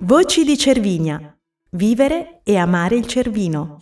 Voci di Cervinia. Vivere e amare il Cervino.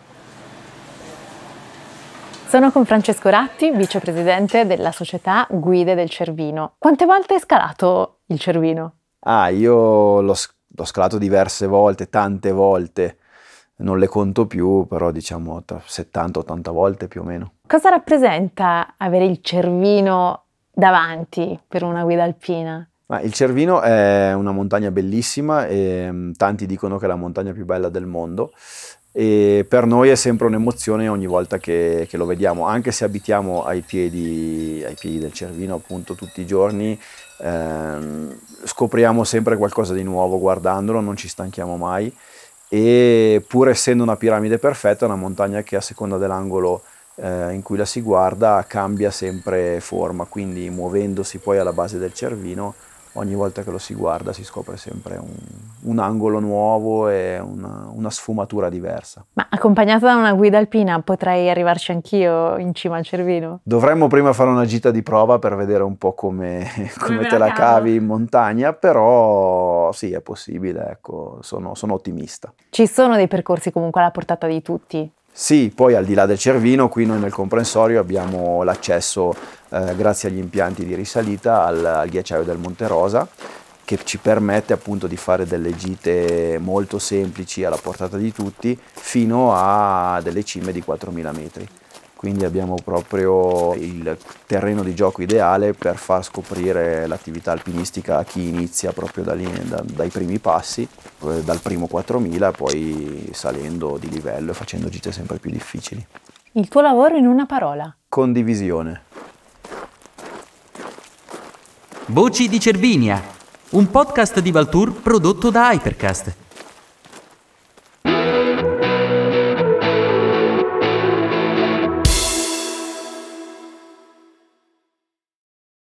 Sono con Francesco Ratti, vicepresidente della società Guide del Cervino. Quante volte hai scalato il Cervino? Io l'ho scalato diverse volte, tante volte, non le conto più, però diciamo 70-80 volte più o meno. Cosa rappresenta avere il Cervino davanti per una guida alpina? Il Cervino è una montagna bellissima e tanti dicono che è la montagna più bella del mondo e per noi è sempre un'emozione ogni volta che lo vediamo, anche se abitiamo ai piedi del Cervino appunto tutti i giorni, scopriamo sempre qualcosa di nuovo guardandolo, non ci stanchiamo mai e pur essendo una piramide perfetta è una montagna che a seconda dell'angolo in cui la si guarda cambia sempre forma, quindi muovendosi poi alla base del Cervino ogni volta che lo si guarda si scopre sempre un angolo nuovo e una sfumatura diversa. Ma accompagnata da una guida alpina potrei arrivarci anch'io in cima al Cervino? Dovremmo prima fare una gita di prova per vedere un po' come te la cavi in montagna, però sì, è possibile, ecco, sono ottimista. Ci sono dei percorsi comunque alla portata di tutti? Sì, poi al di là del Cervino, qui noi nel comprensorio abbiamo l'accesso, grazie agli impianti di risalita, al ghiacciaio del Monte Rosa, che ci permette appunto di fare delle gite molto semplici alla portata di tutti, fino a delle cime di 4.000 metri. Quindi abbiamo proprio il terreno di gioco ideale per far scoprire l'attività alpinistica a chi inizia proprio dai primi passi, dal primo 4.000, poi salendo di livello e facendo gite sempre più difficili. Il tuo lavoro in una parola? Condivisione. Voci di Cervinia, un podcast di Valtour prodotto da Hypercast.